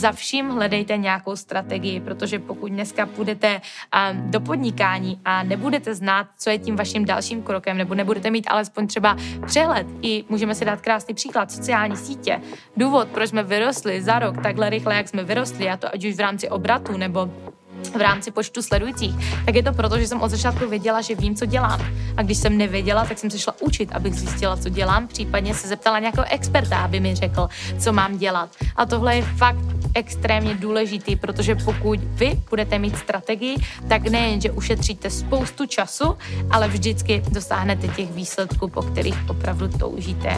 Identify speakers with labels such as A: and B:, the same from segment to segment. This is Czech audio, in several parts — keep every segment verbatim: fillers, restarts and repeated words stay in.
A: za vším hledejte nějakou strategii, protože pokud dneska půjdete um, do podnikání a nebudete znát, co je tím vaším dalším krokem, nebo nebudete mít alespoň třeba přehled, i můžeme si dát krásný příklad, sociální sítě. Důvod, proč jsme vyrostli za rok takhle rychle, jak jsme vyrostli, a to ať už v rámci obratu nebo v rámci počtu sledujících, tak je to proto, že jsem od začátku věděla, že vím, co dělám. A když jsem nevěděla, tak jsem se šla učit, abych zjistila, co dělám, případně se zeptala nějakého experta, aby mi řekl, co mám dělat. A tohle je fakt extrémně důležitý, protože pokud vy budete mít strategii, tak nejen, že ušetříte spoustu času, ale vždycky dosáhnete těch výsledků, po kterých opravdu toužíte.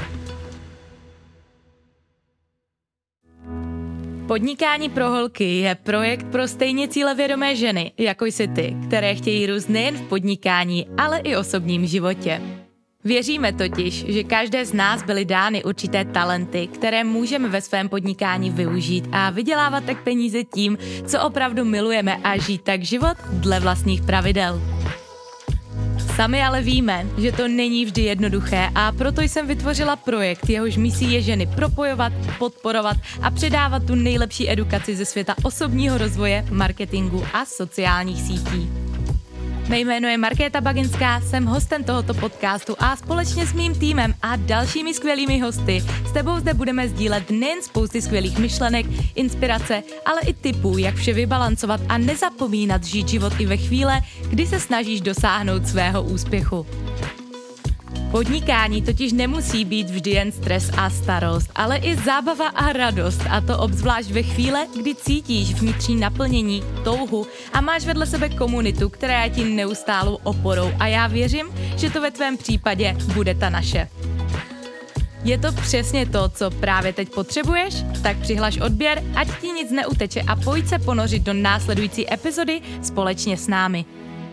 A: Podnikání pro holky je projekt pro stejně cílevědomé ženy, jako jsi ty, které chtějí růst nejen v podnikání, ale i osobním životě. Věříme totiž, že každé z nás byly dány určité talenty, které můžeme ve svém podnikání využít a vydělávat tak peníze tím, co opravdu milujeme a žít tak život dle vlastních pravidel. Sami ale víme, že to není vždy jednoduché a proto jsem vytvořila projekt, jehož misí je ženy propojovat, podporovat a předávat tu nejlepší edukaci ze světa osobního rozvoje, marketingu a sociálních sítí. Mé jméno je Markéta Baginská, jsem hostem tohoto podcastu a společně s mým týmem a dalšími skvělými hosty s tebou zde budeme sdílet nejen spousty skvělých myšlenek, inspirace, ale i tipů, jak vše vybalancovat a nezapomínat žít život i ve chvíle, kdy se snažíš dosáhnout svého úspěchu. Podnikání totiž nemusí být vždy jen stres a starost, ale i zábava a radost, a to obzvlášť ve chvíle, kdy cítíš vnitřní naplnění, touhu a máš vedle sebe komunitu, která je ti neustálou oporou, a já věřím, že to ve tvém případě bude ta naše. Je to přesně to, co právě teď potřebuješ? Tak přihlaš odběr, ať ti nic neuteče a pojď se ponořit do následující epizody společně s námi.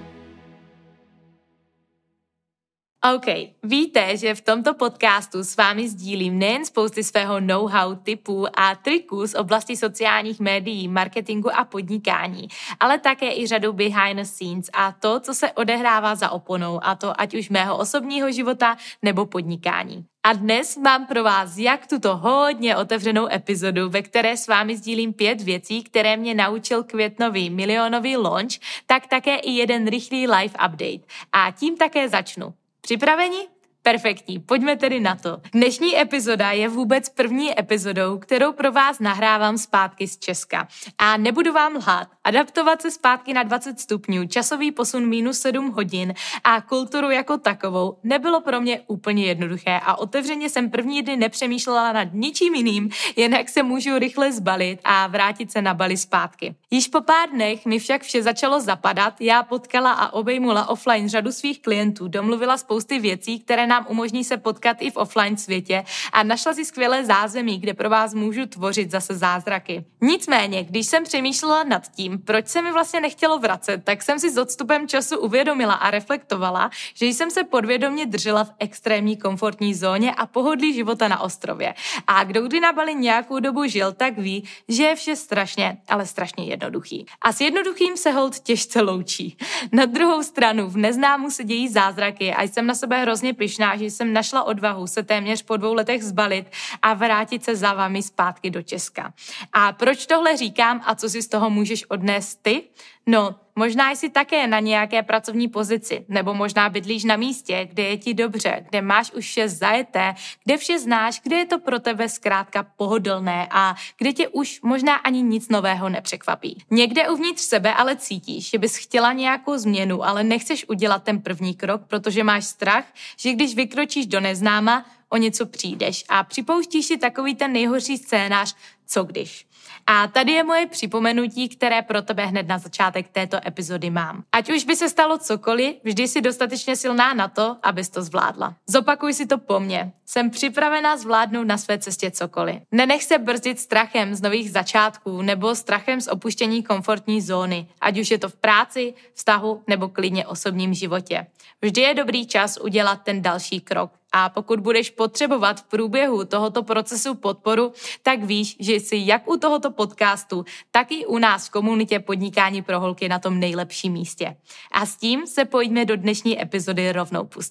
A: OK, víte, že v tomto podcastu s vámi sdílím nejen spousty svého know-how, tipů a triků z oblasti sociálních médií, marketingu a podnikání, ale také i řadu behind the scenes a to, co se odehrává za oponou, a to ať už mého osobního života nebo podnikání. A dnes mám pro vás jak tuto hodně otevřenou epizodu, ve které s vámi sdílím pět věcí, které mě naučil květnový milionový launch, tak také i jeden rychlý live update. A tím také začnu. Připraveni? Perfektní, pojďme tedy na to. Dnešní epizoda je vůbec první epizodou, kterou pro vás nahrávám zpátky z Česka. A nebudu vám lhát, adaptovat se zpátky na dvacet stupňů, časový posun minus sedm hodin a kulturu jako takovou nebylo pro mě úplně jednoduché a otevřeně jsem první dny nepřemýšlela nad ničím jiným, jen jak se můžu rychle zbalit a vrátit se na Bali zpátky. Již po pár dnech mi však vše začalo zapadat, já potkala a obejmula offline řadu svých klientů, domluvila spousty věcí, které nám umožní se potkat i v offline světě a našla si skvělé zázemí, kde pro vás můžu tvořit zase zázraky. Nicméně, když jsem přemýšlela nad tím, proč se mi vlastně nechtělo vracet, tak jsem si s odstupem času uvědomila a reflektovala, že jsem se podvědomě držela v extrémní komfortní zóně a pohodlí života na ostrově. A kdo kdy na Bali nějakou dobu žil, tak ví, že je vše strašně, ale strašně jednoduchý. A s jednoduchým se holt těžce loučí. Na druhou stranu v neznámu se dějí zázraky a jsem na sebe hrozně pyšná, že jsem našla odvahu se téměř po dvou letech zbalit a vrátit se za vámi zpátky do Česka. A proč tohle říkám a co si z toho můžeš odnést ty? No, možná jsi také na nějaké pracovní pozici, nebo možná bydlíš na místě, kde je ti dobře, kde máš už vše zajeté, kde vše znáš, kde je to pro tebe zkrátka pohodlné a kde tě už možná ani nic nového nepřekvapí. Někde uvnitř sebe ale cítíš, že bys chtěla nějakou změnu, ale nechceš udělat ten první krok, protože máš strach, že když vykročíš do neznáma, o něco přijdeš a připouštíš si takový ten nejhorší scénář, co když. A tady je moje připomenutí, které pro tebe hned na začátek této epizody mám. Ať už by se stalo cokoliv, vždy jsi dostatečně silná na to, abys to zvládla. Zopakuj si to po mně. Jsem připravená zvládnout na své cestě cokoliv. Nenech se brzdit strachem z nových začátků nebo strachem z opuštění komfortní zóny, ať už je to v práci, vztahu nebo klidně osobním životě. Vždy je dobrý čas udělat ten další krok. A pokud budeš potřebovat v průběhu tohoto procesu podporu, tak víš, že jsi jak u tohoto podcastu, tak i u nás v komunitě Podnikání pro holky na tom nejlepším místě. A s tím se pojďme do dnešní epizody rovnou pustit.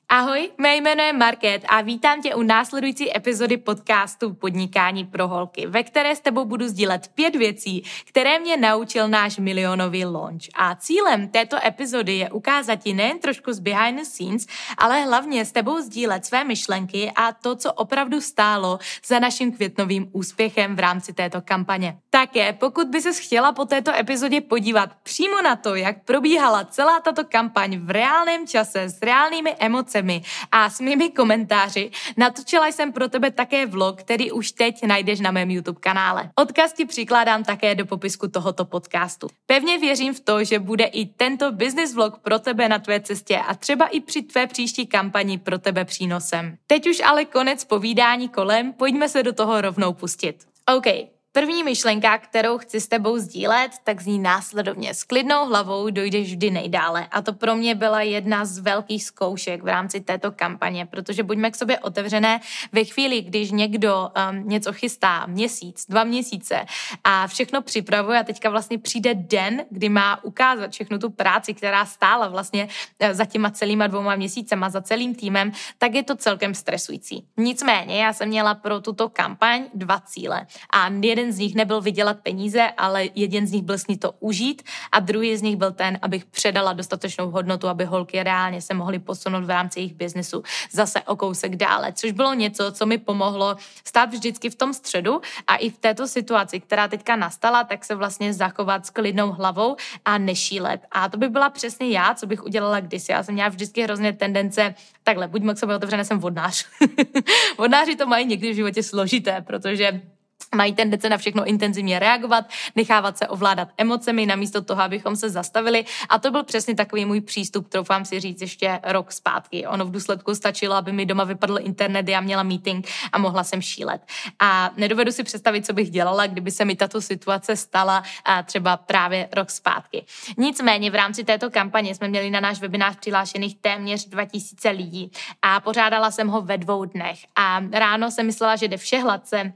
A: Ahoj, mé jméno je Market a vítám tě u následující epizody podcastu Podnikání pro holky, ve které s tebou budu sdílet pět věcí, které mě naučil náš milionový launch. A cílem této epizody je ukázat ti nejen trošku z behind the scenes, ale hlavně s tebou sdílet své myšlenky a to, co opravdu stálo za naším květnovým úspěchem v rámci této kampaně. Také, pokud by ses chtěla po této epizodě podívat přímo na to, jak probíhala celá tato kampaň v reálném čase s reálnými emocemi a s mými komentáři, natočila jsem pro tebe také vlog, který už teď najdeš na mém YouTube kanále. Odkaz ti přikládám také do popisku tohoto podcastu. Pevně věřím v to, že bude i tento business vlog pro tebe na tvé cestě a třeba i při tvé příští kampani pro tebe přínosem. Teď už ale konec povídání kolem, pojďme se do toho rovnou pustit. OK. První myšlenka, kterou chci s tebou sdílet, tak zní následovně. S klidnou hlavou dojdeš vždy nejdále. A to pro mě byla jedna z velkých zkoušek v rámci této kampaně, protože buďme k sobě otevřené, ve chvíli, když někdo um, něco chystá měsíc, dva měsíce a všechno připravuje a teďka vlastně přijde den, kdy má ukázat všechnu tu práci, která stála vlastně za těma celýma dvouma měsícema, za celým týmem, tak je to celkem stresující. Nicméně já jsem měla pro tuto kampaň dva cíle a jeden z nich nebyl vydělat peníze, ale jeden z nich byl si to užít a druhý z nich byl ten, abych předala dostatečnou hodnotu, aby holky reálně se mohly posunout v rámci jejich biznesu zase o kousek dále, což bylo něco, co mi pomohlo stát vždycky v tom středu a i v této situaci, která teďka nastala, tak se vlastně zachovat s klidnou hlavou a nešílet. A to by byla přesně já, co bych udělala kdysi. Já jsem měla vždycky hrozně tendence, takhle, buďme k sobě otevřené, jsem vodnář. Vodnáři to mají někdy v životě složité, protože mají tendence na všechno intenzivně reagovat, nechávat se ovládat emocemi namísto toho, abychom se zastavili. A to byl přesně takový můj přístup, troufám si říct ještě rok zpátky. Ono v důsledku stačilo, aby mi doma vypadl internet, já měla meeting a mohla jsem šílet. A nedovedu si představit, co bych dělala, kdyby se mi tato situace stala a třeba právě rok zpátky. Nicméně v rámci této kampaně jsme měli na náš webinář přihlášených téměř dva tisíce lidí a pořádala jsem ho ve dvou dnech. A ráno jsem myslela, že jde vše hladce.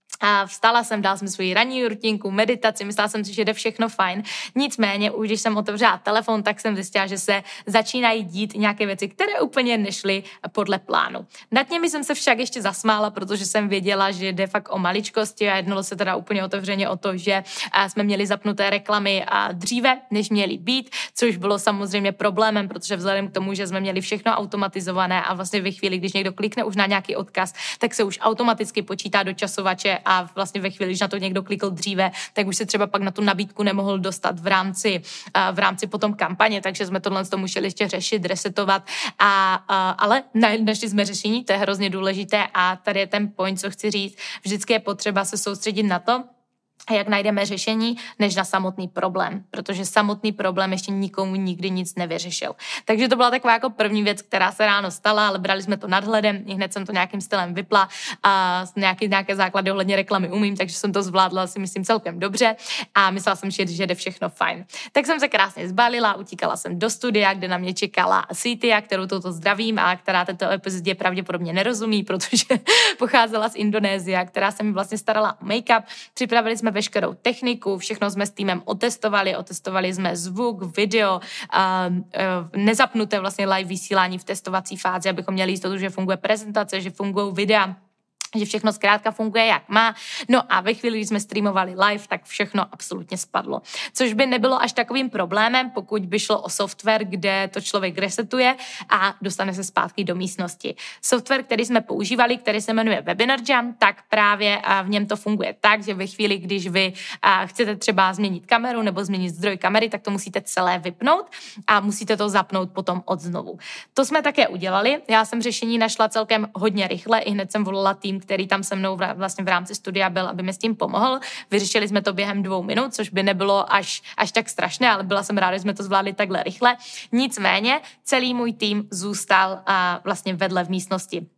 A: A vstala jsem, dala jsem svoji ranní rutinku, meditaci, myslela jsem si, že jde všechno fajn. Nicméně, už když jsem otevřela telefon, tak jsem zjistila, že se začínají dít nějaké věci, které úplně nešly podle plánu. Nad nimi jsem se však ještě zasmála, protože jsem věděla, že jde fakt o maličkosti a jednalo se teda úplně otevřeně o to, že jsme měli zapnuté reklamy dříve, než měly být, což bylo samozřejmě problémem, protože vzhledem k tomu, že jsme měli všechno automatizované a vlastně ve chvíli, když někdo klikne už na nějaký odkaz, tak se už automaticky počítá do časovače a vlastně ve chvíli, když na to někdo klikl dříve, tak už se třeba pak na tu nabídku nemohl dostat v rámci, v rámci potom kampaně, takže jsme tohle to museli ještě řešit, resetovat, a, a, ale našli jsme řešení, to je hrozně důležité a tady je ten point, co chci říct, vždycky je potřeba se soustředit na to, jak najdeme řešení, než na samotný problém, protože samotný problém ještě nikomu nikdy nic nevyřešil. Takže to byla taková jako první věc, která se ráno stala, ale brali jsme to nadhledem, i hned jsem to nějakým stylem vypla a nějaký, nějaké základy ohledně reklamy umím, takže jsem to zvládla si myslím celkem dobře a myslela jsem, že, že jde všechno fajn. Tak jsem se krásně zbalila, utíkala jsem do studia, kde na mě čekala Cynthia, kterou toto zdravím a která této epizodě pravděpodobně nerozumí, protože pocházela z Indonésie, která se mi vlastně starala o make-up. Připravili jsme veškerou techniku, všechno jsme s týmem otestovali, otestovali jsme zvuk, video, uh, uh, nezapnuté vlastně live vysílání v testovací fázi, abychom měli jistotu, že funguje prezentace, že fungují videa, že všechno zkrátka funguje, jak má. No a ve chvíli, kdy jsme streamovali live, tak všechno absolutně spadlo. Což by nebylo až takovým problémem, pokud by šlo o software, kde to člověk resetuje a dostane se zpátky do místnosti. Software, který jsme používali, který se jmenuje Webinar Jam, tak právě v něm to funguje tak, že ve chvíli, když vy chcete třeba změnit kameru nebo změnit zdroj kamery, tak to musíte celé vypnout a musíte to zapnout potom od znovu. To jsme také udělali. Já jsem řešení našla celkem hodně rychle, i hned jsem volala tým, který tam se mnou vlastně v rámci studia byl, aby mi s tím pomohl. Vyřešili jsme to během dvou minut, což by nebylo až, až tak strašné, ale byla jsem ráda, že jsme to zvládli takhle rychle. Nicméně celý můj tým zůstal a vlastně vedle v místnosti.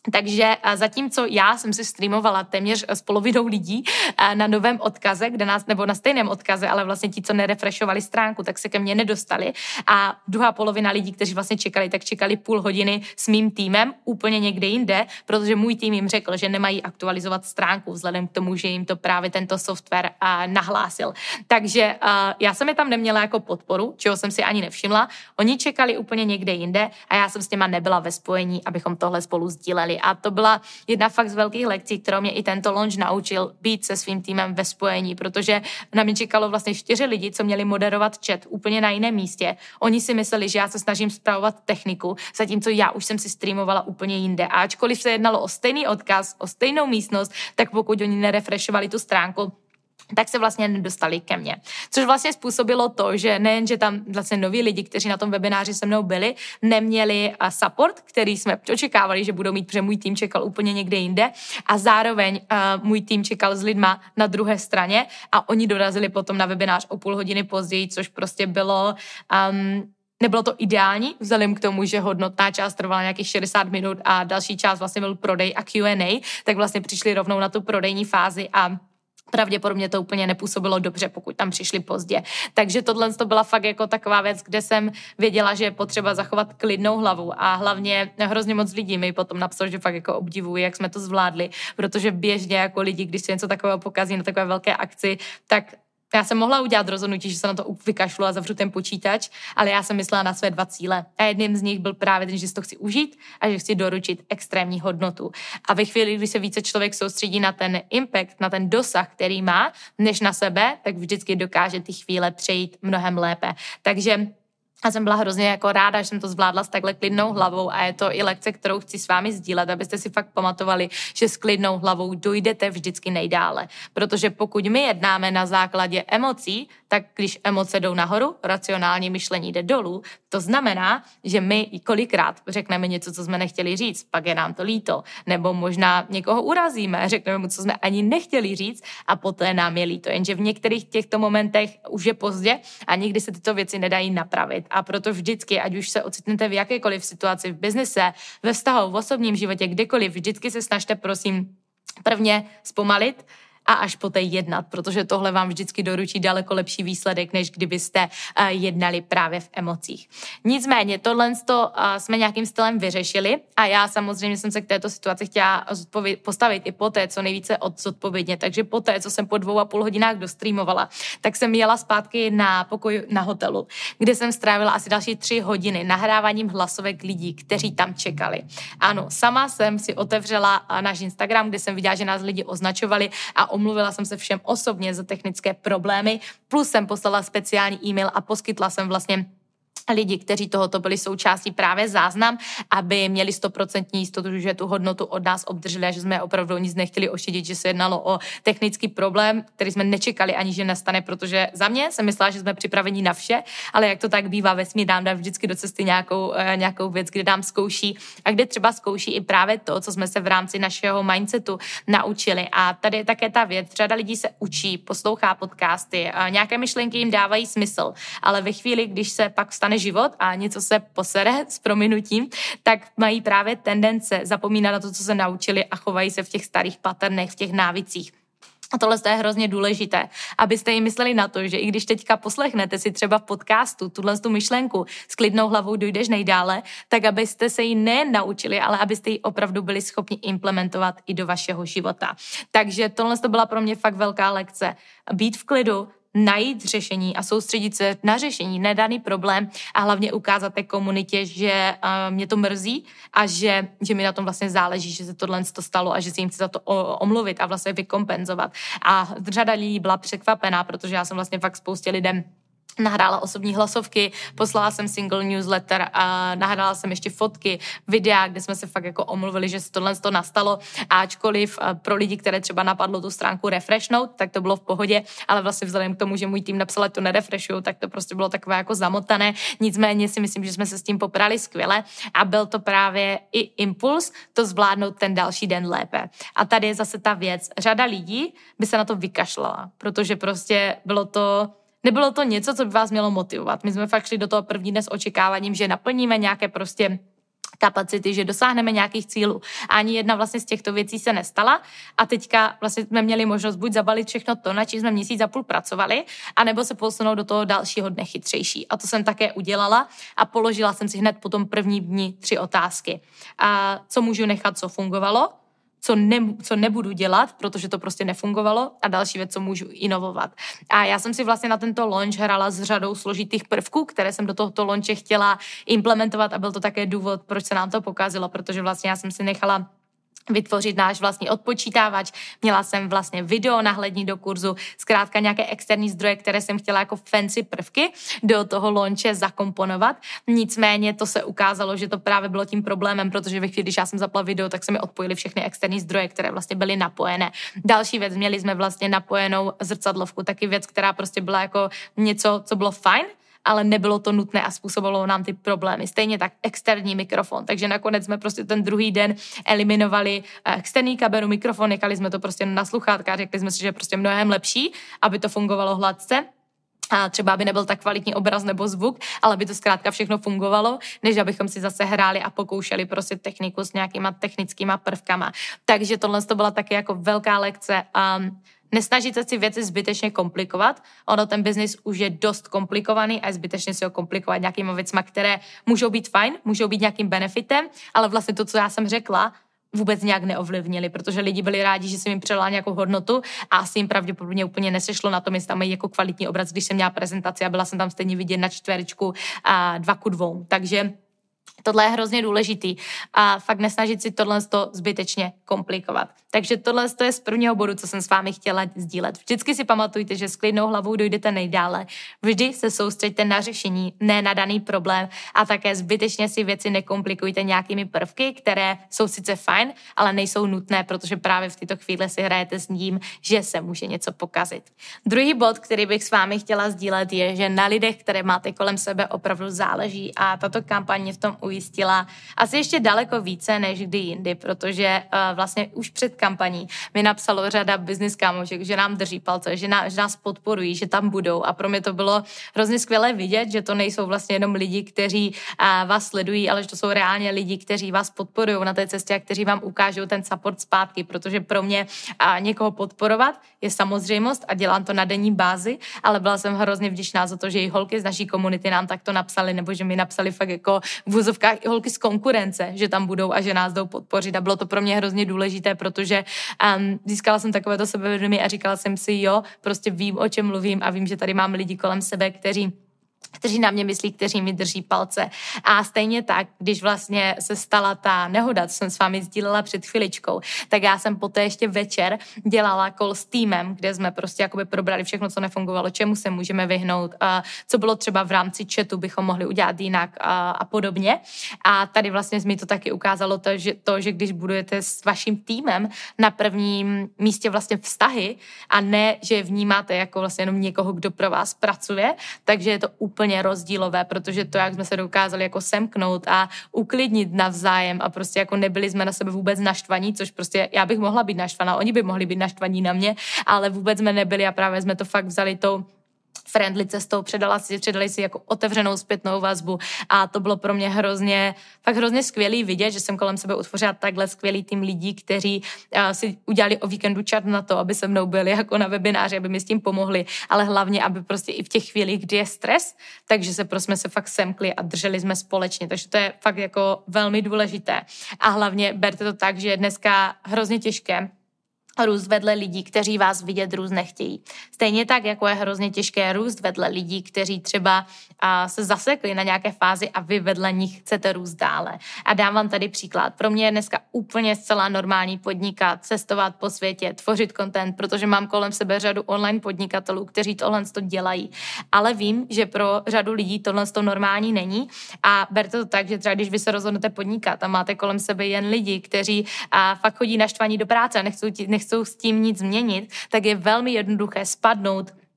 A: Takže zatímco já jsem si streamovala téměř s polovinou lidí na novém odkaze, kde nás, nebo na stejném odkaze, ale vlastně ti, co nerefreshovali stránku, tak se ke mně nedostali. A druhá polovina lidí, kteří vlastně čekali, tak čekali půl hodiny s mým týmem úplně někde jinde, protože můj tým jim řekl, že nemají aktualizovat stránku vzhledem k tomu, že jim to právě tento software nahlásil. Takže já jsem je tam neměla jako podporu, čeho jsem si ani nevšimla. Oni čekali úplně někde jinde a já jsem s těma nebyla ve spojení, abychom tohle spolu sdíleli. A to byla jedna fakt z velkých lekcí, kterou mě i tento launch naučil, být se svým týmem ve spojení, protože na mě čekalo vlastně čtyři lidi, co měli moderovat chat úplně na jiném místě. Oni si mysleli, že já se snažím spravovat techniku, zatímco já už jsem si streamovala úplně jinde. A ačkoliv se jednalo o stejný odkaz, o stejnou místnost, tak pokud oni nerefreshovali tu stránku, tak se vlastně nedostali ke mně. Což vlastně způsobilo to, že nejen, že tam vlastně noví lidi, kteří na tom webináři se mnou byli, neměli support, který jsme očekávali, že budou mít, protože můj tým čekal úplně někde jinde a zároveň uh, můj tým čekal s lidma na druhé straně a oni dorazili potom na webinář o půl hodiny později, což prostě bylo... Um, Nebylo to ideální, vzhledem k tomu, že hodnotná část trvala nějakých šedesát minut a další část vlastně byl prodej a Q and A, tak vlastně přišli rovnou na tu prodejní fázi a pravděpodobně to úplně nepůsobilo dobře, pokud tam přišli pozdě. Takže tohle to byla fakt jako taková věc, kde jsem věděla, že je potřeba zachovat klidnou hlavu a hlavně hrozně moc lidí mi potom napsalo, že fakt jako obdivují, jak jsme to zvládli, protože běžně jako lidi, když se něco takového pokazí na takové velké akci, tak já jsem mohla udělat rozhodnutí, že se na to vykašlu a zavřu ten počítač, ale já jsem myslela na své dva cíle. A jedním z nich byl právě ten, že si to chci užít a že chci doručit extrémní hodnotu. A ve chvíli, kdy se více člověk soustředí na ten impact, na ten dosah, který má, než na sebe, tak vždycky dokáže ty chvíle přejít mnohem lépe. Takže a jsem byla hrozně jako ráda, že jsem to zvládla s takhle klidnou hlavou a je to i lekce, kterou chci s vámi sdílet, abyste si fakt pamatovali, že s klidnou hlavou dojdete vždycky nejdále. Protože pokud my jednáme na základě emocí, tak když emoce jdou nahoru, racionální myšlení jde dolů, to znamená, že my kolikrát řekneme něco, co jsme nechtěli říct, pak je nám to líto, nebo možná někoho urazíme, řekneme mu, co jsme ani nechtěli říct a poté nám je líto. Jenže v některých těchto momentech už je pozdě a nikdy se tyto věci nedají napravit. A proto vždycky, ať už se ocitnete v jakékoliv situaci, v biznise, ve vztahu, v osobním životě, kdekoliv, vždycky se snažte, prosím, prvně zpomalit a až poté jednat, protože tohle vám vždycky doručí daleko lepší výsledek, než kdybyste uh, jednali právě v emocích. Nicméně, tohle uh, jsme nějakým stylem vyřešili a já samozřejmě jsem se k této situaci chtěla zodpověd- postavit i poté, co nejvíce odzodpovědně. Takže poté, co jsem po dvou a půl hodinách dostreamovala, tak jsem jela zpátky na pokoj na hotelu, kde jsem strávila asi další tři hodiny nahráváním hlasovek lidí, kteří tam čekali. Ano, sama jsem si otevřela uh, náš Instagram, kde jsem viděla, že nás lidi označovali a omluvila jsem se všem osobně za technické problémy, plus jsem poslala speciální e-mail a poskytla jsem vlastně lidi, kteří tohoto byli součástí právě záznam, aby měli stoprocentní jistotu, že tu hodnotu od nás obdrželi a že jsme opravdu nic nechtěli ošidit, že se jednalo o technický problém, který jsme nečekali ani, že nastane, protože za mě jsem myslela, že jsme připraveni na vše, ale jak to tak bývá, vesmír nám dá vždycky do cesty nějakou, nějakou věc, kde nám zkouší a kde třeba zkouší i právě to, co jsme se v rámci našeho mindsetu naučili. A tady je také ta věc, řada lidí se učí, poslouchá podcasty, nějaké myšlenky jim dávají smysl, ale ve chvíli, když se pak stane život a něco se posere s prominutím, tak mají právě tendence zapomínat na to, co se naučili a chovají se v těch starých patternech, v těch návicích. A tohle je hrozně důležité, abyste jim mysleli na to, že i když teďka poslechnete si třeba v podcastu tuhle tu myšlenku s klidnou hlavou dojdeš nejdále, tak abyste se ji nejen naučili, ale abyste ji opravdu byli schopni implementovat i do vašeho života. Takže tohle to byla pro mě fakt velká lekce. Být v klidu, najít řešení a soustředit se na řešení, nedaný problém a hlavně ukázat té komunitě, že uh, mě to mrzí a že, že mi na tom vlastně záleží, že se tohle to stalo a že si jim chci za to o, omluvit a vlastně vykompenzovat. A řada lidí byla překvapená, protože já jsem vlastně fakt spoustě lidem nahrála osobní hlasovky, poslala jsem single newsletter a nahrála jsem ještě fotky, videa, kde jsme se fakt jako omluvili, že se tohle to nastalo. A ačkoliv pro lidi, které třeba napadlo tu stránku refreshnout, tak to bylo v pohodě, ale vlastně vzhledem k tomu, že můj tým napsal, že to nerefreshuju, tak to prostě bylo takové jako zamotané. Nicméně si myslím, že jsme se s tím poprali skvěle a byl to právě i impuls to zvládnout ten další den lépe. A tady je zase ta věc. Řada lidí by se na to vykašlala, protože prostě bylo to Nebylo to něco, co by vás mělo motivovat. My jsme fakt šli do toho první dne s očekáváním, že naplníme nějaké prostě kapacity, že dosáhneme nějakých cílů. A ani jedna vlastně z těchto věcí se nestala a teďka vlastně jsme měli možnost buď zabalit všechno to, na čím jsme měsíc a půl pracovali, anebo se posunout do toho dalšího dne chytřejší. A to jsem také udělala a položila jsem si hned po tom první dni tři otázky. A co můžu nechat, co fungovalo, co, ne, co nebudu dělat, protože to prostě nefungovalo a další věc, co můžu inovovat. A já jsem si vlastně na tento launch hrala s řadou složitých prvků, které jsem do tohoto launche chtěla implementovat a byl to také důvod, proč se nám to pokazilo, protože vlastně já jsem si nechala vytvořit náš vlastní odpočítávač. Měla jsem vlastně video nahlední do kurzu, zkrátka nějaké externí zdroje, které jsem chtěla jako fancy prvky do toho launche zakomponovat. Nicméně to se ukázalo, že to právě bylo tím problémem, protože ve chvíli, když já jsem zapla video, tak se mi odpojily všechny externí zdroje, které vlastně byly napojené. Další věc, měli jsme vlastně napojenou zrcadlovku, taky věc, která prostě byla jako něco, co bylo fajn, ale nebylo to nutné a způsobilo nám ty problémy. Stejně tak externí mikrofon. Takže nakonec jsme prostě ten druhý den eliminovali externí kameru, mikrofon, nechali jsme to prostě na sluchátka a řekli jsme si, že je prostě mnohem lepší, aby to fungovalo hladce. A třeba aby nebyl tak kvalitní obraz nebo zvuk, ale aby to zkrátka všechno fungovalo, než abychom si zase hráli a pokoušeli prostě techniku s nějakýma technickýma prvkama. Takže tohle to byla taky jako velká lekce. Um, Nesnažit se si věci zbytečně komplikovat. Ono, ten biznis už je dost komplikovaný a je zbytečně si ho komplikovat nějakýma věcma, které můžou být fajn, můžou být nějakým benefitem, ale vlastně to, co já jsem řekla, vůbec nějak neovlivnili, protože lidi byli rádi, že jsem jim předala nějakou hodnotu a asi jim pravděpodobně úplně nesešlo na tom, jestli tam mají jako kvalitní obraz, když jsem měla prezentaci a byla jsem tam stejně vidět na čtverečku a dva ku dvou. Takže tohle je hrozně důležitý a fakt nesnažit si tohle zbytečně komplikovat. Takže tohle je z prvního bodu, co jsem s vámi chtěla sdílet. Vždycky si pamatujte, že s klidnou hlavou dojdete nejdále. Vždy se soustřeďte na řešení, ne na daný problém a také zbytečně si věci nekomplikujte nějakými prvky, které jsou sice fajn, ale nejsou nutné, protože právě v této chvíli si hrajete s ním, že se může něco pokazit. Druhý bod, který bych s vámi chtěla sdílet, je, že na lidech, které máte kolem sebe, opravdu záleží a tato kampaně v tom ujistila asi ještě daleko více než kdy jindy, protože uh, vlastně už před kampaní mi napsalo řada business kámošek, že nám drží palce, že, ná, že nás podporují, že tam budou a pro mě to bylo hrozně skvělé vidět, že to nejsou vlastně jenom lidi, kteří uh, vás sledují, ale že to jsou reálně lidi, kteří vás podporují na té cestě a kteří vám ukážou ten support zpátky, protože pro mě uh, někoho podporovat je samozřejmost a dělám to na denní bázi, ale byla jsem hrozně vděčná za to, že i holky z naší komunity nám takto napsali, nebo že mi napsali fakt jako v úzovkách i holky z konkurence, že tam budou a že nás jdou podpořit a bylo to pro mě hrozně důležité, protože um, získala jsem takovéto sebevědomí a říkala jsem si, jo, prostě vím, o čem mluvím a vím, že tady mám lidi kolem sebe, kteří kteří na mě myslí, kteří mi drží palce. A stejně tak, když vlastně se stala ta nehoda, co jsem s vámi sdílela před chviličkou, tak já jsem poté ještě večer dělala call s týmem, kde jsme prostě jakoby probrali všechno, co nefungovalo, čemu se můžeme vyhnout, a co bylo třeba v rámci chatu, bychom mohli udělat jinak a, a podobně. A tady vlastně mi to taky ukázalo to že, to, že když budujete s vaším týmem na prvním místě vlastně vztahy a ne, že je vnímáte jako vlastně jenom někoho, kdo pro vás pracuje, takže je to úplně rozdílové, protože to, jak jsme se dokázali jako semknout a uklidnit navzájem a prostě jako nebyli jsme na sebe vůbec naštvaní, což prostě já bych mohla být naštvaná, oni by mohli být naštvaní na mě, ale vůbec jsme nebyli a právě jsme to fakt vzali tou friendly cestou, předala si, předali si jako otevřenou zpětnou vazbu a to bylo pro mě hrozně, fakt hrozně skvělý vidět, že jsem kolem sebe utvořila takhle skvělý tým lidí, kteří uh, si udělali o víkendu čas na to, aby se mnou byli jako na webináři, aby mi s tím pomohli, ale hlavně, aby prostě i v těch chvílích, kdy je stres, takže se prostě jsme se fakt semkli a drželi jsme společně, takže to je fakt jako velmi důležité a hlavně berte to tak, že je dneska hrozně těžké růst vedle lidí, kteří vás vidět růst nechtějí. Stejně tak, jako je hrozně těžké růst vedle lidí, kteří třeba a, se zasekli na nějaké fázi a vy vedle nich chcete růst dále. A dám vám tady příklad. Pro mě je dneska úplně zcela normální podnikat, cestovat po světě, tvořit content, protože mám kolem sebe řadu online podnikatelů, kteří tohle to dělají. Ale vím, že pro řadu lidí tohle to normální není a berte to tak, že třeba když vy se rozhodnete podnikat a máte kolem sebe jen lidi, kteří a, fakt chodí naštvaní do práce a nechcou, nechcou s tím nic změnit, tak je velmi jednoduché spadnout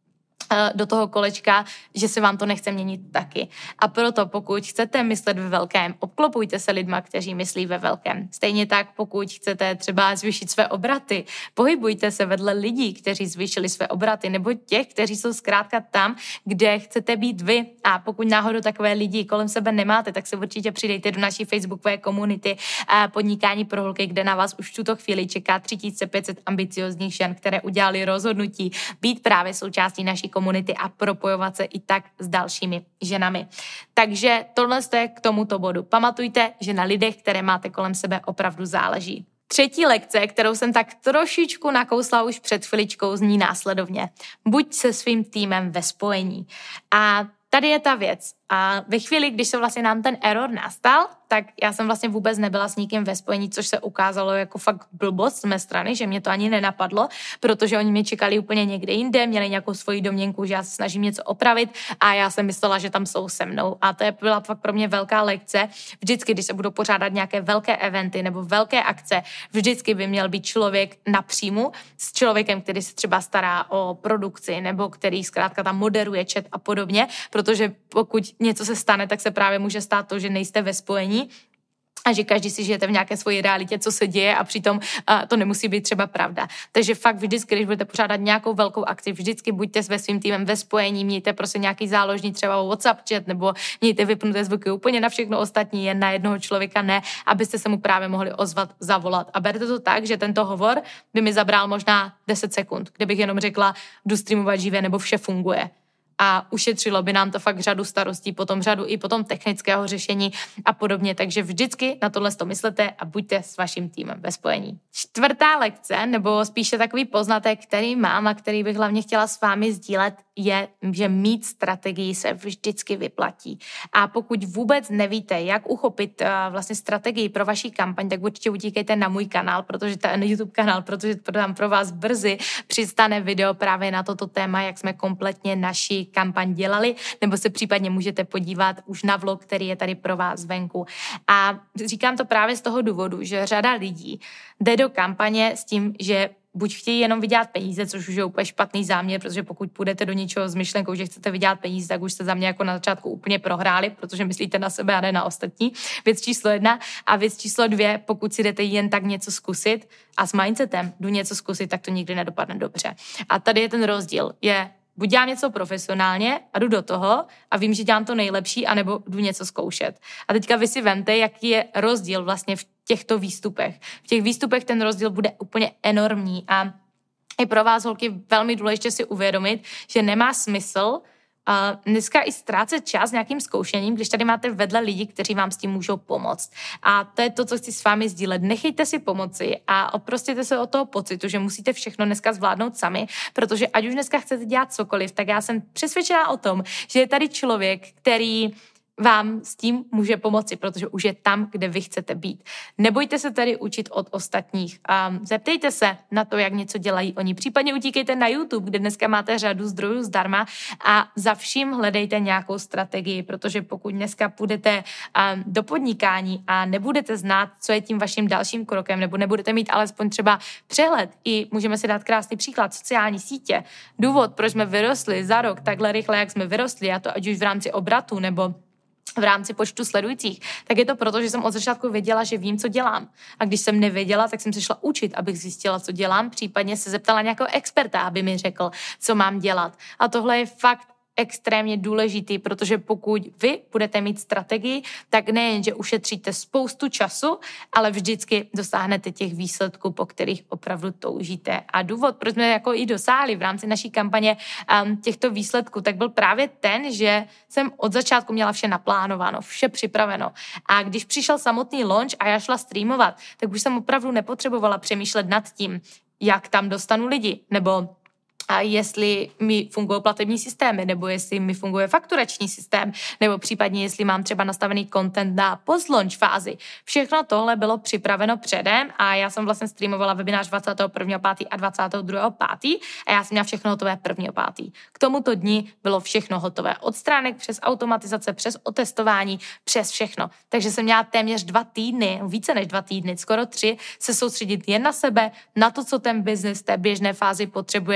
A: do toho kolečka, že se vám to nechce měnit taky. A proto, pokud chcete myslet ve velkém, obklopujte se lidma, kteří myslí ve velkém. Stejně tak, pokud chcete třeba zvýšit své obraty, pohybujte se vedle lidí, kteří zvýšili své obraty, nebo těch, kteří jsou zkrátka tam, kde chcete být vy. A pokud náhodou takové lidi kolem sebe nemáte, tak se určitě přidejte do naší facebookové komunity Podnikání pro holky, kde na vás už v tuto chvíli čeká tři tisíce pět set ambiciozních žen, které udělali rozhodnutí být právě součástí naší komunity a propojovat se i tak s dalšími ženami. Takže tohle je k tomuto bodu. Pamatujte, že na lidech, které máte kolem sebe, opravdu záleží. Třetí lekce, kterou jsem tak trošičku nakousla už před chviličkou, zní následovně. Buď se svým týmem ve spojení. A tady je ta věc. A ve chvíli, když se vlastně nám ten error nastal, tak já jsem vlastně vůbec nebyla s nikým ve spojení, což se ukázalo jako fakt blbost z mé strany, že mě to ani nenapadlo, protože oni mě čekali úplně někde jinde, měli nějakou svoji domněnku, že já se snažím něco opravit a já jsem myslela, že tam jsou se mnou. A to je byla fakt pro mě velká lekce. Vždycky, když se budou pořádat nějaké velké eventy nebo velké akce, vždycky by měl být člověk napřímo s člověkem, který se třeba stará o produkci nebo který zkrátka tam moderuje chat a podobně, protože pokud něco se stane, tak se právě může stát to, že nejste ve spojení a že každý si žijete v nějaké svoji realitě, co se děje a přitom uh, to nemusí být třeba pravda. Takže fakt vždycky, když budete pořádat nějakou velkou akci, vždycky buďte s svým týmem ve spojení, mějte prostě nějaký záložní třeba WhatsApp chat nebo mějte vypnuté zvuky úplně na všechno ostatní, jen na jednoho člověka ne, abyste se mu právě mohli ozvat, zavolat. A berte to tak, že tento hovor by mi zabral možná deset sekund, kde bych jenom řekla, jdu streamovat živě nebo vše funguje. A ušetřilo by nám to fakt řadu starostí, potom řadu i potom technického řešení a podobně. Takže vždycky na tohle to myslete a buďte s vaším týmem ve spojení. Čtvrtá lekce, nebo spíše takový poznatek, který mám a který bych hlavně chtěla s vámi sdílet, je, že mít strategii se vždycky vyplatí. A pokud vůbec nevíte, jak uchopit uh, vlastně strategii pro vaši kampaň, tak určitě utíkejte na můj kanál, protože ten YouTube kanál, protože tam pro vás brzy přistane video právě na toto téma, jak jsme kompletně naši kampaň dělali, nebo se případně můžete podívat už na vlog, který je tady pro vás venku. A říkám to právě z toho důvodu, že řada lidí jde do kampaně s tím, že buď chtějí jenom vydělat peníze, což už je úplně špatný záměr, protože pokud půjdete do něčeho s myšlenkou, že chcete vydělat peníze, tak už jste za mě jako na začátku úplně prohráli, protože myslíte na sebe a ne na ostatní. Věc číslo jedna. A věc číslo dvě, pokud si jdete jen tak něco zkusit a s mindsetem jdu něco zkusit, tak to nikdy nedopadne dobře. A tady je ten rozdíl. Je buď dělám něco profesionálně a jdu do toho a vím, že dělám to nejlepší, anebo jdu něco zkoušet. A teďka vy si vemte, jaký je rozdíl vlastně v těchto výstupech. V těch výstupech ten rozdíl bude úplně enormní a je pro vás, holky, velmi důležité si uvědomit, že nemá smysl Uh, dneska i ztrácet čas nějakým zkoušením, když tady máte vedle lidi, kteří vám s tím můžou pomoct. A to je to, co chci s vámi sdílet. Nechejte si pomoci a oprostěte se od toho pocitu, že musíte všechno dneska zvládnout sami, protože ať už dneska chcete dělat cokoliv, tak já jsem přesvědčená o tom, že je tady člověk, který vám s tím může pomoci, protože už je tam, kde vy chcete být. Nebojte se tady učit od ostatních. Um, zeptejte se na to, jak něco dělají oni. Případně utíkejte na YouTube, kde dneska máte řadu zdrojů zdarma a za vším hledejte nějakou strategii, protože pokud dneska půjdete um, do podnikání a nebudete znát, co je tím vaším dalším krokem, nebo nebudete mít alespoň třeba přehled, i můžeme si dát krásný příklad, sociální sítě. Důvod, proč jsme vyrostli za rok takhle rychle, jak jsme vyrostli, a to ať už v rámci obratu, nebo v rámci počtu sledujících, tak je to proto, že jsem od začátku věděla, že vím, co dělám. A když jsem nevěděla, tak jsem se šla učit, abych zjistila, co dělám, případně se zeptala nějakého experta, aby mi řekl, co mám dělat. A tohle je fakt extrémně důležitý, protože pokud vy budete mít strategii, tak nejen, že ušetříte spoustu času, ale vždycky dosáhnete těch výsledků, po kterých opravdu toužíte. A důvod, proč jsme jako i dosáhli v rámci naší kampaně um, těchto výsledků, tak byl právě ten, že jsem od začátku měla vše naplánováno, vše připraveno. A když přišel samotný launch a já šla streamovat, tak už jsem opravdu nepotřebovala přemýšlet nad tím, jak tam dostanu lidi, nebo a jestli mi fungují platební systémy, nebo jestli mi funguje fakturační systém, nebo případně jestli mám třeba nastavený content na post-launch fázi. Všechno tohle bylo připraveno předem a já jsem vlastně streamovala webinář dvacátého prvního pátého a dvacátého druhého pátého a já jsem měla všechno hotové prvního pátého K tomuto dni bylo všechno hotové. Od stránek přes automatizace, přes otestování, přes všechno. Takže jsem měla téměř dva týdny, více než dva týdny, skoro tři, se soustředit jen na sebe, na to, co ten biznis v té běžné fázi potřebuje, na to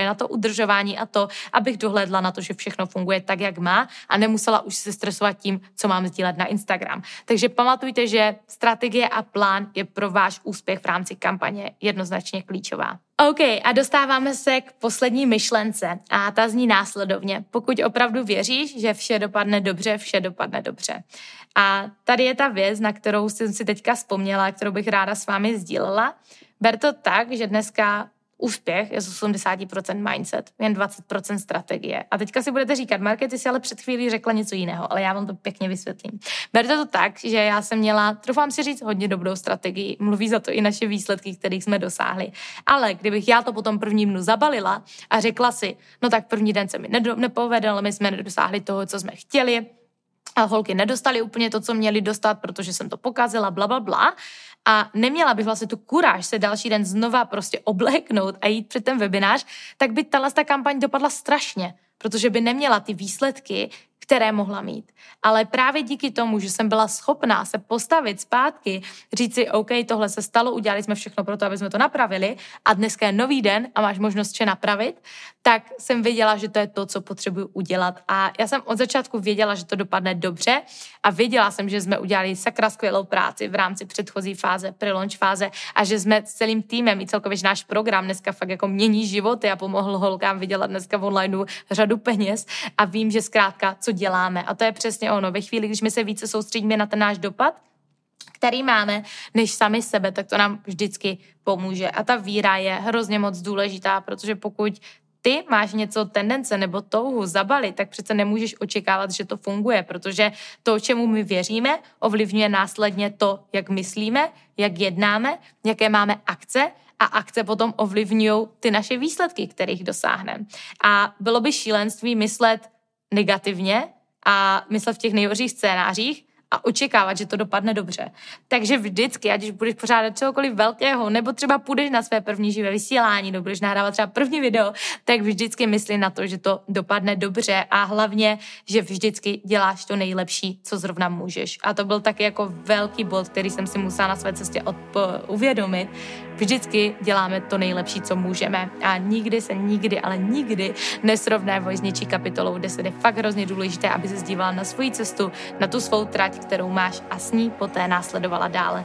A: udržování a to, abych dohlédla na to, že všechno funguje tak, jak má a nemusela už se stresovat tím, co mám sdílet na Instagram. Takže pamatujte, že strategie a plán je pro váš úspěch v rámci kampaně jednoznačně klíčová. OK, a dostáváme se k poslední myšlence a ta zní následovně. Pokud opravdu věříš, že vše dopadne dobře, vše dopadne dobře. A tady je ta věc, na kterou jsem si teďka vzpomněla, kterou bych ráda s vámi sdílela. Ber to tak, že dneska úspěch je z osmdesát procent mindset, jen dvacet procent strategie. A teďka si budete říkat, Marké, ty jsi ale před chvílí řekla něco jiného, ale já vám to pěkně vysvětlím. Berte to tak, že já jsem měla, troufám si říct, hodně dobrou strategii, mluví za to i naše výsledky, kterých jsme dosáhli. Ale kdybych já to potom první dnu zabalila a řekla si, no tak první den se mi nepovedl, my jsme nedosáhli toho, co jsme chtěli, a holky nedostali úplně to, co měli dostat, protože jsem to pokazila, bla, bla, bla. A neměla bych vlastně tu kuráž se další den znova prostě obléknout a jít před ten webinář, tak by tahle ta kampaň dopadla strašně, protože by neměla ty výsledky, které mohla mít. Ale právě díky tomu, že jsem byla schopná se postavit zpátky, říct si, OK, tohle se stalo, udělali jsme všechno pro to, aby jsme to napravili a dneska je nový den a máš možnost vše napravit, tak jsem věděla, že to je to, co potřebuji udělat. A já jsem od začátku věděla, že to dopadne dobře a věděla jsem, že jsme udělali sakra skvělou práci v rámci předchozí fáze, pre-launch fáze a že jsme s celým týmem i celkově náš program dneska fakt jako mění životy a pomohl holkám vydělat dneska v onlineu řadu peněz a vím, že zkrátka, co děláme. A to je přesně ono. Ve chvíli, když my se více soustředíme na ten náš dopad, který máme, než sami sebe, tak to nám vždycky pomůže. A ta víra je hrozně moc důležitá, protože pokud ty máš něco tendence nebo touhu zabalit, tak přece nemůžeš očekávat, že to funguje, protože to, čemu my věříme, ovlivňuje následně to, jak myslíme, jak jednáme, jaké máme akce a akce potom ovlivňují ty naše výsledky, kterých dosáhneme. A bylo by šílenství myslet negativně a myslet v těch nejhorších scénářích a očekávat, že to dopadne dobře. Takže vždycky, ať už budeš pořádat cokoliv velkého, nebo třeba půjdeš na své první živé vysílání, nebo budeš nahrávat třeba první video, tak vždycky mysli na to, že to dopadne dobře a hlavně, že vždycky děláš to nejlepší, co zrovna můžeš. A to byl taky jako velký bod, který jsem si musela na své cestě odpo- uvědomit. Vždycky děláme to nejlepší, co můžeme. A nikdy se nikdy, ale nikdy nesrovnávaj s něčí kapitolou, kde se je fakt hrozně důležité, aby se dívala na svoji cestu, na tu svou trať, kterou máš a s ní poté následovala dále.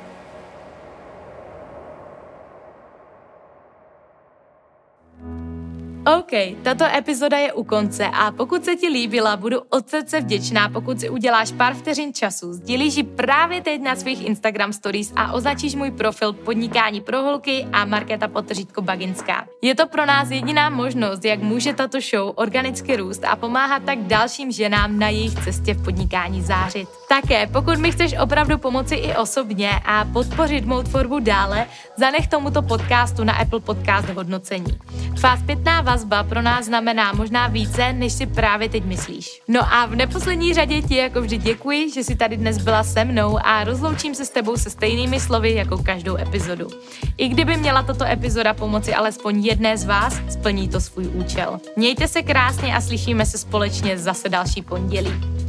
A: OK, tato epizoda je u konce a pokud se ti líbila, budu od srdce vděčná, pokud si uděláš pár vteřin času, sdílíš ji právě teď na svých Instagram stories a označíš můj profil Podnikání pro holky a Markéta podtržítko Baginská. Je to pro nás jediná možnost, jak může tato show organicky růst a pomáhat tak dalším ženám na jejich cestě v podnikání zářit. Také, pokud mi chceš opravdu pomoci i osobně a podpořit mou tvorbu dále, zanech tomuto podcastu na Apple Podcast hodnocení. Tvá zpětná vazba pro nás znamená možná více, než si právě teď myslíš. No a v neposlední řadě ti jako vždy děkuji, že jsi tady dnes byla se mnou a rozloučím se s tebou se stejnými slovy jako každou epizodu. I kdyby měla tato epizoda pomoci alespoň jedné z vás, splní to svůj účel. Mějte se krásně a slyšíme se společně zase další pondělí.